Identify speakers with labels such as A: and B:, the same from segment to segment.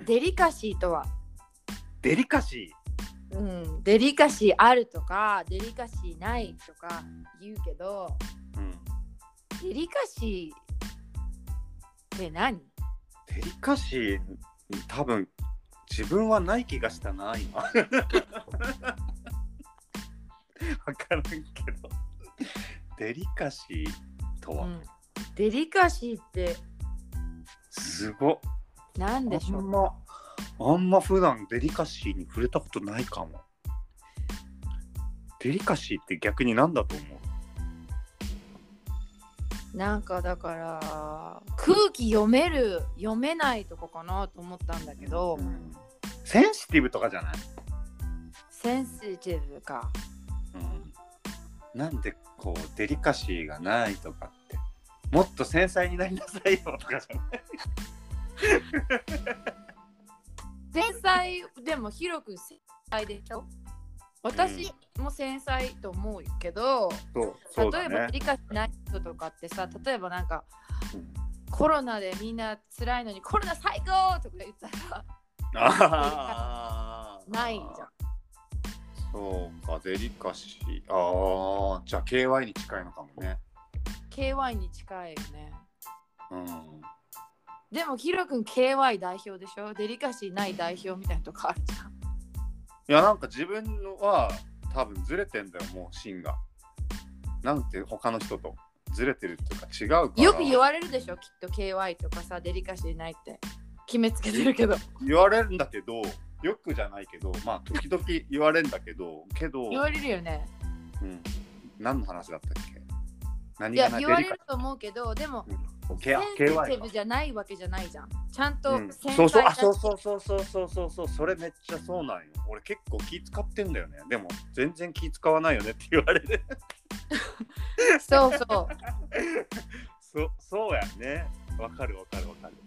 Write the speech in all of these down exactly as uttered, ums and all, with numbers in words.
A: デリカシーとは、
B: デリカシ
A: ー、うん、デリカシーあるとかデリカシーないとか言うけど、
B: ー、うん、
A: デリカシーって何？
B: デリカシー多分自分はない気がしたな今。わからんけどデリカシーとは、うん、
A: デリカシーって
B: すごっ。
A: なんでしょう。
B: あんまあんま普段デリカシーに触れたことないかも。デリカシーって逆に何だと思
A: う？なんかだから空気読める読めないとこかなと思ったんだけど、うん、
B: センシティブとかじゃない？
A: センシティブか、
B: うん、なんでこうデリカシーがないとかって、もっと繊細になりなさいよとかじゃない？
A: 繊細でも広く繊細でしょ。私も繊細と思うけど、うん、そうそう、ね、例えばデリカシーない人とかってさ、例えばなんか、うん、コロナでみんな辛いのにコロナ最高とか言ったらあないじゃん。
B: そうか、デリカシー、ああ、じゃあ ケーワイ に近いのかもね。
A: ケーワイ に近いよね。
B: うん。
A: でもヒロ君 ケーワイ 代表でしょ。デリカシーない代表みたいなとこあるじゃん。
B: いや、なんか自分は多分ずれてんだよ、もう芯が。なんて他の人とずれてるっていうか違うから。
A: よく言われるでしょ、きっと ケーワイ とかさ、デリカシーないって決めつけてるけど。
B: 言われるんだけど、よくじゃないけど、まあ時々言われるんだけど、けど。
A: 言われるよね。
B: うん。何の話だったっけ？何
A: いや、言われると思うけど、でも、うん、センシティブじゃないわけじゃないじゃん。ちゃんと繊細だし、
B: うん、そうそうそうそうそうそうそう、それめっちゃそうなんよ。俺結構気使ってんだよね。でも全然気使わないよねって言われる。
A: そうそう。
B: そ, そうやね。わかるわかるわかる。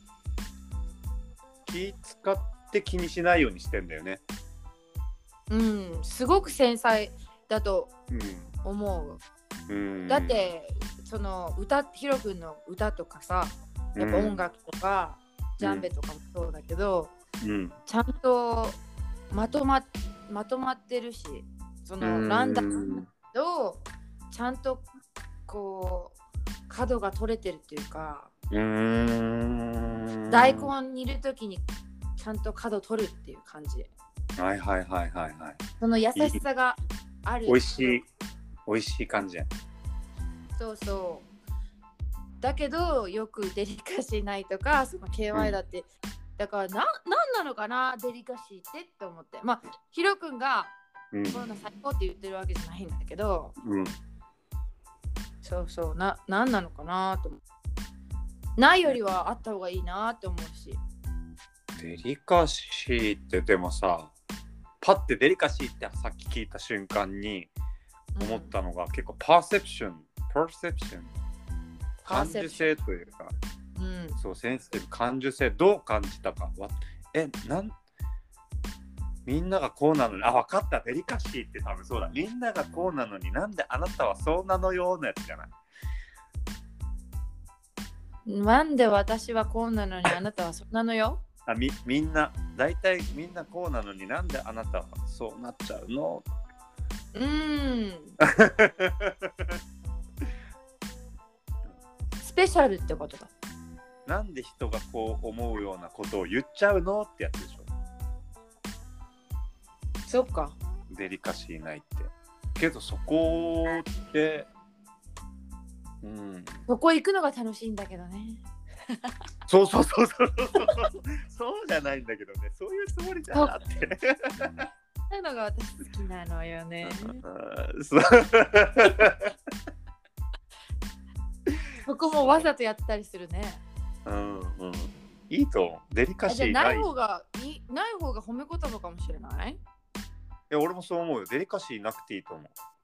B: 気使って気にしないようにしてんだよね。
A: うん、すごく繊細だと思う。うん、だってその歌、ヒロ君の歌とかさ、やっぱ音楽とか、うん、ジャンベとかもそうだけど、うん、ちゃんとまとま、まとまってるし、そのランダムとちゃんとこう角が取れてるっていうか、うーん、大根煮るときにちゃんと角取るっていう感じ。
B: はいはいはいはいはい。
A: その優しさがある。
B: 美味しい美味しい感じや。そう
A: そう。だけどよくデリカシーないとか、その ケーワイ だって、うん、だからな、なんなのかなデリカシーってって思って。まあヒロ君がコロナ最高って言ってるわけじゃないんだけど、うん、そうそうな、なんなのかなと思って。ないよりはあった方がいいなって思うし。
B: デリカシーってでもさ、パッてデリカシーってさっき聞いた瞬間に思ったのが、うん、結構パーセプション、パーセプション、感受性というか、うん、そうセンシティブ、感受性どう感じたか、えなんみんながこうなのに、あ、分かった、デリカシーって多分そうだ、みんながこうなのになんであなたはそうなのようなやつじゃない。
A: なんで私はこうなのにあなたはそうなのよ。
B: あ み, みんな大体みんなこうなのになんであなたはそうなっちゃうの。うーん
A: スペシャルってことだ。
B: なんで人がこう思うようなことを言っちゃうのってやつでしょ。
A: そっか、
B: デリカシーないってけど、そこってうん、
A: そこ行くのが楽しいんだけどね。
B: そうそうそうそうそうそうじゃないんだけどね、そういうつもりじゃなくて
A: そういうのが私好きなのよね。そこもわざとやったりするね。
B: うんうん、いいとデリカシー
A: ない。ない方がいい、ない方が褒め言葉かもしれない。
B: いや俺もそう思うよ。デリカシーなくていいと思う。